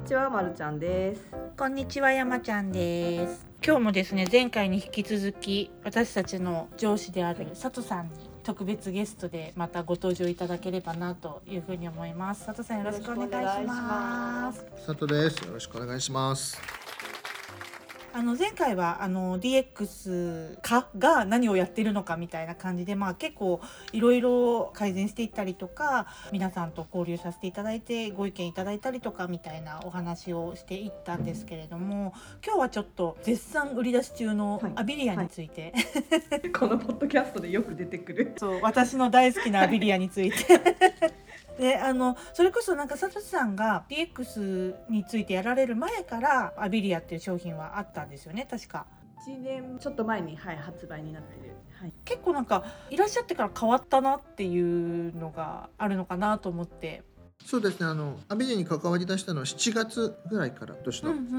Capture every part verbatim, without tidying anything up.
ちは、まるちゃんです。 こんにちは、山ちゃんです。今日もですね、前回に引き続き私たちの上司である佐藤さんに特別ゲストでまたご登場いただければなというふうに思います。佐藤さん、よろしくお願いします。 佐藤です。よろしくお願いします。 あの前回はあの ディーエックス 化が何をやってるのかみたいな感じで、まあ、結構いろいろ改善していったりとか、皆さんと交流させていただいてご意見いただいたりとかみたいなお話をしていったんですけれども、今日はちょっと絶賛売り出し中のアビリアについて、 はいはい、このポッドキャストでよく出てくるそう、私の大好きなアビリアについてで、あのそれこそなんか佐藤さんが ディーエックス についてやられる前からアビリアっていう商品はあったんですよね、確か。 いちねんちょっと前に、はい、発売になってる、はい、 結構なんかいらっしゃってから変わったなっていうのがあるのかなと思って。 そうですね、あのアビリアに関わり出したのはしちがつぐらいから年の、 うんうんうんうん、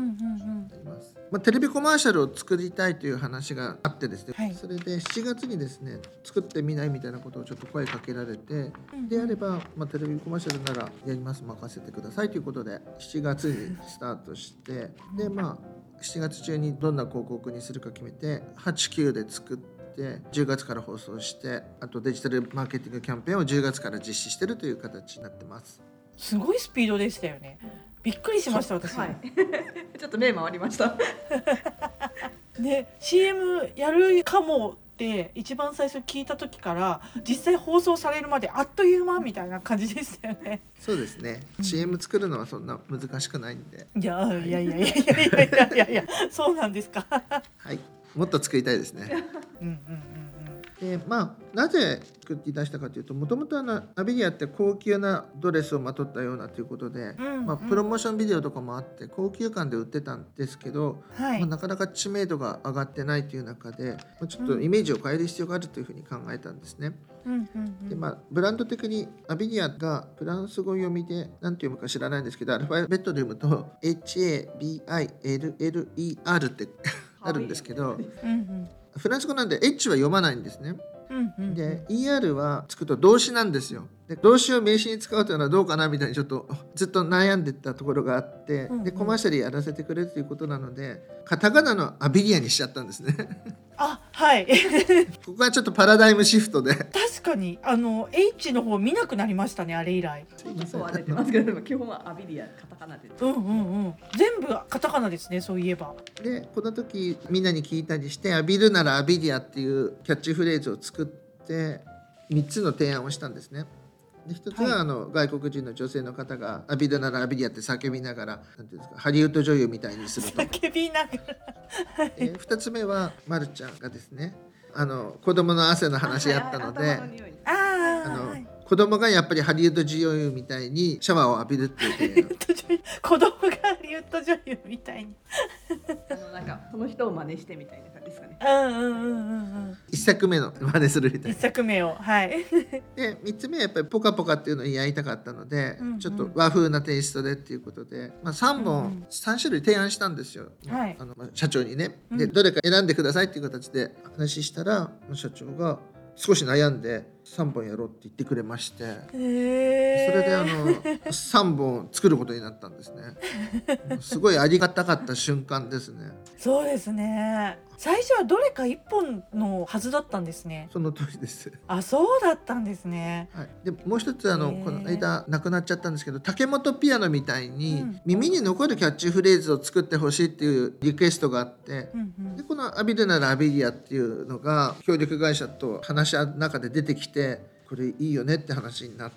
まあ、テレビコマーシャルを作りたいという話があってですね、 はい、 それでしちがつにですね作ってみないみたいなことをちょっと声かけられて、うんうん、であれば、まあ、テレビコマーシャルならやります、任せてくださいということでしちがつにスタートしてでまあしちがつ中にどんな広告にするか決めてはち、きゅうで作ってじゅうがつから放送して、あとデジタルマーケティングキャンペーンをじゅうがつから実施しているという形になってます。 すごいスピードでしたよね。びっくりしました私、はい、 ちょっと目回りましたで シーエム やるかもって一番最初聞いた時から実際放送されるまであっという間みたいな感じでしたよね。 そうですね、うん、シーエム 作るのはそんな難しくないんで。 いやいやいやいやいやいやいやいやそうなんですかはい、もっと作りたいですねうんうんうんでまあ、なぜ作り出したかというと、もともとアビリアって高級なドレスをまとったようなということで、うんうんまあ、プロモーションビデオとかもあって高級感で売ってたんですけど、はいまあ、なかなか知名度が上がってないという中で、まあ、ちょっとイメージを変える必要があるというふうに考えたんですね、うんうんうん、でまあ、ブランド的にアビリアがフランス語読みで何て読むか知らないんですけど、アルファベットで読むと エイチエービーアイエルエルイーアール ってなるんですけど、うんうんフランス語なんで H は読まないんですね、うんうんうん、で イーアール はつくと動詞なんですよ。で動詞を名詞に使うというのはどうかなみたいにちょっとずっと悩んでたところがあって、うんうん、でコマーシャルやらせてくれるということなのでカタカナのアビリアにしちゃったんですねあ、はいここはちょっとパラダイムシフトで確かにあの H の方見なくなりましたね、あれ以来。 そうは出てますけど基本はアビリアカタカナで、 うんうんうん、全部カタカナですね、そういえば。 でこの時みんなに聞いたりしてアビルならアビリアっていうキャッチフレーズを作ってみっつの提案をしたんですね。で一つは、はい、あの外国人の女性の方がアビルならアビリアって叫びながらなんていうんですか、ハリウッド女優みたいにすると叫びながら、はい、 えー、ふたつめはまるちゃんがですね、あの子供の汗の話やったので、あの子供がやっぱりハリウッド女優みたいにシャワーを浴びるっていう子供がハリウッド女優みたいにあのなんかその人を真似してみたいな感じですかね。 うんうんうんうんうん一作目の真似するみたいな。 一作目を、はいで三つ目はやっぱりポカポカっていうのをやりたかったので、うんうん、ちょっと和風なテイストでっていうことで、まあ、さんぼん、うんうん、さん種類提案したんですよ、はい、あの社長にね。でどれか選んでくださいっていう形で話したら社長が少し悩んでさんぼんやろうって言ってくれまして、それであのさんぼん作ることになったんですねすごいありがたかった瞬間ですね。 そうですね、最初はどれかいっぽんのはずだったんですね。 その通りです。 あ、そうだったんですね、 はい、でもう一つあのこの間亡くなっちゃったんですけど、竹本ピアノみたいに耳に残るキャッチフレーズを作ってほしいっていうリクエストがあって、うんうん、でこのアビルならアビリアっていうのが協力会社と話し合う中で出てきて、これいいよねって話になって、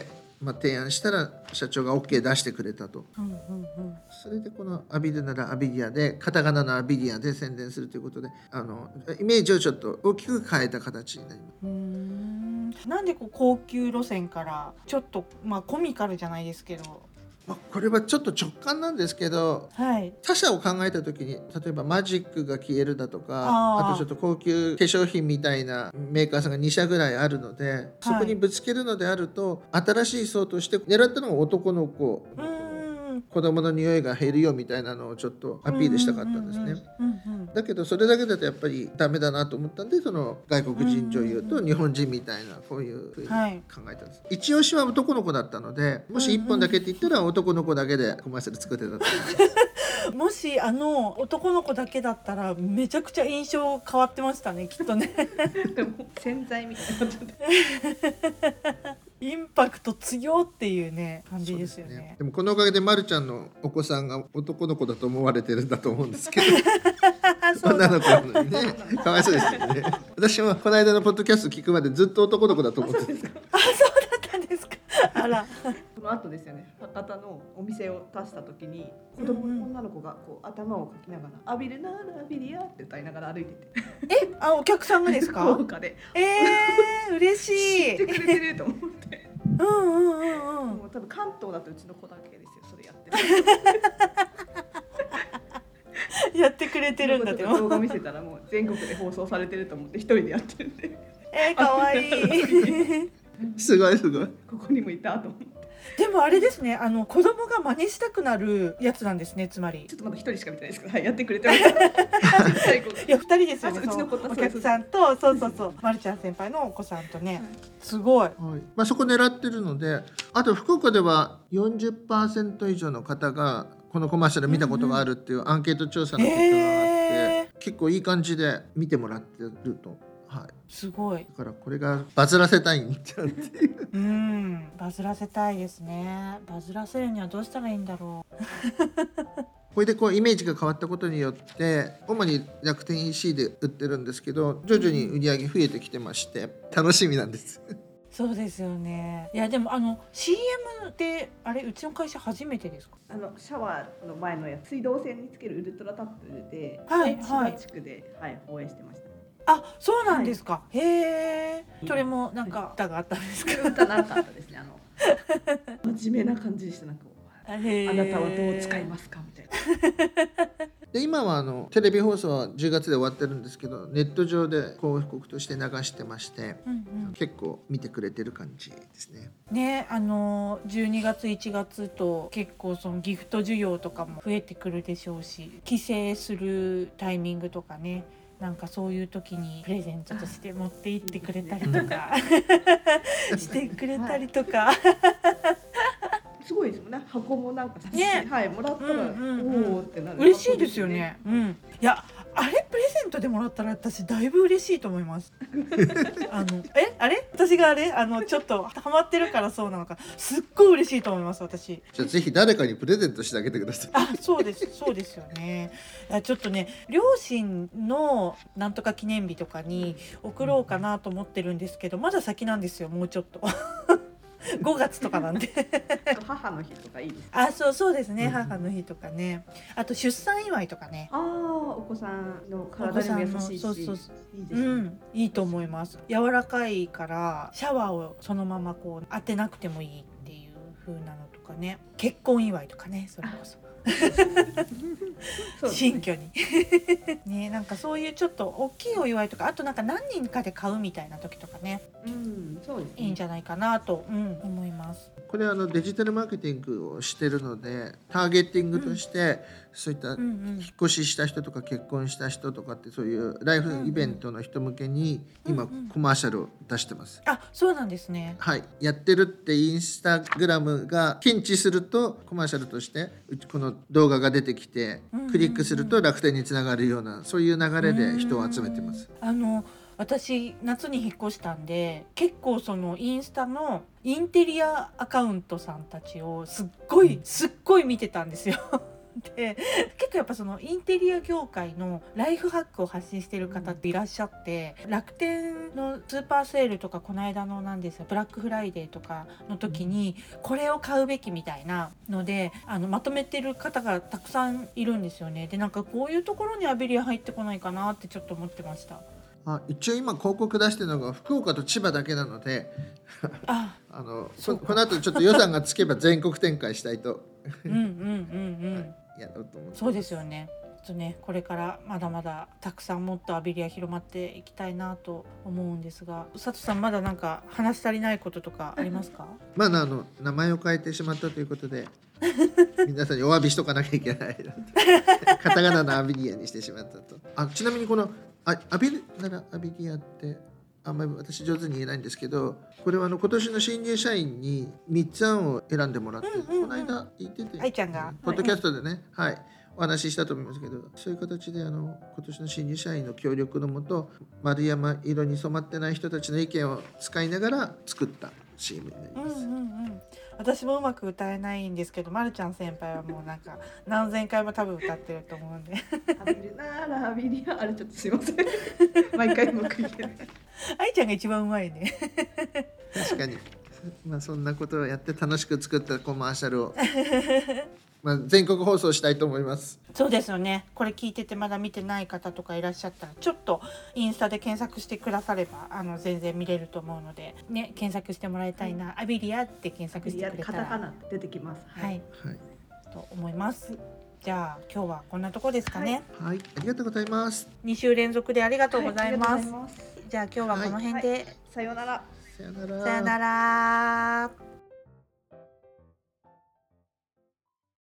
まあ、提案したら社長が オーケー 出してくれたと、うんうんうん、それでこのアビルならアビリアでカタカナのアビリアで宣伝するということで、あのイメージをちょっと大きく変えた形になります。 うーん、なんでこう高級路線からちょっと、まあ、コミカルじゃないですけど、 まあ、これはちょっと直感なんですけど、はい、他社を考えた時に例えばマジックが消えるだとか あ, あとちょっと高級化粧品みたいなメーカーさんがにしゃぐらいあるので、そこにぶつけるのであると、はい、新しい層として狙ったのが男の子子供の匂いが減るよみたいなのをちょっとアピールしたかったんですね。だけどそれだけだとやっぱりダメだなと思ったんで、その外国人女優と日本人みたいなこういうふうに考えたんです、はい、一押しは男の子だったので、もしいっぽんだけって言ったら男の子だけでコマーシャル作ってたと思いますもしあの男の子だけだったらめちゃくちゃ印象変わってましたね、きっとねでも洗剤みたいになっちゃってインパクト強っていうね感じですよ ね, ね。でもこのおかげでまるちゃんのお子さんが男の子だと思われてるんだと思うんですけど女の子なのにね、かわいそうですよね。私もこの間のポッドキャスト聞くまでずっと男の子だと思ってた。 あ、そうだったんですか。あらその後ですよね、博多のお店を出した時に子供、うんうん、女の子がこう頭をかきながら「浴びるなー浴びりや」って歌いながら歩いててえ、あ、お客さんがですか？ 福岡で。 えー、嬉しい。 知ってくれてると思ってうんうんうんうん。 もう多分関東だとうちの子だけですよ、それやってるやってくれてるんだって。 動画見せたらもう全国で放送されてると思って一人でやってるんでえー、かわいいすごいすごい。 ここにもいたと思って。 でもあれですね、あの子供が真似したくなるやつなんですね、つまり。 ちょっとまだ一人しか見てないですけど、はい、やってくれてましたいや二人ですよね、 うちの子とお客さんと、そうそうそう、まるちゃん先輩のお子さんとね、はい、すごい、 はい、まあ、そこ狙ってるので、あと福岡では よんじゅっパーセント 以上の方がこのコマーシャル見たことがあるっていうアンケート調査の結果があって、えー、結構いい感じで見てもらってると。はい、すごい。だからこれがバズらせたいんじゃんっていううん、バズらせたいですね。バズらせるにはどうしたらいいんだろうこれでこうイメージが変わったことによって主に楽天 イーシー で売ってるんですけど、徐々に売り上げ増えてきてまして楽しみなんですそうですよね。いやでもあの シーエム であれうちの会社初めてですか？ あのシャワーの前のや水道線につけるウルトラタップで、 はい千葉地区で、はい、放映してました。 あ、そうなんですか。はい、へえ。それもなんか歌があったんですか？ 歌なかったですね。あの真面目な感じでした。なんかあなたはどう使いますかみたいな。 で今はあのテレビ放送はじゅうがつで終わってるんですけど、ネット上で広告として流してまして、うんうん、結構見てくれてる感じですね。 ね、あのじゅうにがついちがつと結構そのギフト需要とかも増えてくるでしょうし、帰省するタイミングとかね。なんかそういう時にプレゼントとして持って行ってくれたりとかしてくれたりとか、はいすごいですもんね。箱もなんかね、はい、 もらったら、うんうんうん、おおってなる。 嬉しいですよね。うん。いや、あれプレゼントでもらったら私だいぶ嬉しいと思います。あのえあれ私があれあのちょっとハマってるからそうなのか、すっごい嬉しいと思います私。 じゃあぜひ誰かにプレゼントしてあげてください。 あ、そうですそうですよね。いやちょっとね、両親のなんとか記念日とかに送ろうかなと思ってるんですけど、まだ先なんですよ、もうちょっと。ごがつとかなんで母の日とかいいですか？あ、そうそうですね、うん、母の日とかね、あと出産祝いとかね。 ああ、お子さんの体にも優しいし、そうそうそう、いいですね、 うん、いいと思います。柔らかいからシャワーをそのままこう当てなくてもいいっていう風なのとかね、結婚祝いとかね、それこそ新居にね、なんかそういうちょっと大きいお祝いとか、あとなんか何人かで買うみたいな時とかね、うん、そうですね、いいんじゃないかなと、うん、思います。 これはあのデジタルマーケティングをしてるので、ターゲティングとして、うん、そういった引っ越しした人とか結婚した人とかって、そういうライフイベントの人向けに今コマーシャルを出してます。 あ、そうなんですね。 はい、やってるってインスタグラムが検知するとコマーシャルとしてこの動画が出てきて、クリックすると楽天につながるような、そういう流れで人を集めてます。 あの私夏に引っ越したんで、結構そのインスタのインテリアアカウントさんたちをすっごいすっごい見てたんですよで結構やっぱそのインテリア業界のライフハックを発信してる方っていらっしゃって、楽天のスーパーセールとかこの間のなんですよ、ブラックフライデーとかの時にこれを買うべきみたいなのであのまとめてる方がたくさんいるんですよね。でなんかこういうところにアベリア入ってこないかなってちょっと思ってました。 あ、一応今広告出してるのが福岡と千葉だけなのでああの こ, この後ちょっと予算がつけば全国展開したいとうんうんうんうん、はい、やろうと思って。 そうですよね。ちょっとね、これからまだまだたくさんもっとアベリア広まっていきたいなと思うんですが、佐藤さんまだなんか話し足りないこととかありますか？ まああの名前を変えてしまったということで皆さんにお詫びしとかなきゃいけないカタカナのアビリアにしてしまったと。あ、ちなみにこのあアビリならアビリアってあんまり私上手に言えないんですけど、これはあの今年の新入社員にみっつ案を選んでもらって、 うんうんうん、 この間言ってて、 愛ちゃんがポッドキャストでね、はい、はい、お話ししたと思いますけど、そういう形であの今年の新入社員の協力のもと、丸山色に染まってない人たちの意見を使いながら作った シーエム になります。 うんうんうん、私もうまく歌えないんですけど、まるちゃん先輩はもうなんか何千回も多分歌ってると思うんでアビルならアビリア、あれちょっとすいません毎回うまくいけない愛ちゃんが一番うまいね確かに、まあ、そんなことをやって楽しく作ったコマーシャルをまあ全国放送したいと思います。 そうですよね。これ聞いててまだ見てない方とかいらっしゃったら、ちょっとインスタで検索してくださればあの全然見れると思うので、ね、検索してもらいたいな、はい、アビリアって検索してくれたらカタカナって出てきます。 はい、 はい、 と思います。じゃあ今日はこんなとこですかね。 はい、はい、ありがとうございます。 に週連続でありがとうございます。はい、 ます。 じゃあ今日はこの辺で、はいはい、 さようなら。 さようなら。 さようなら。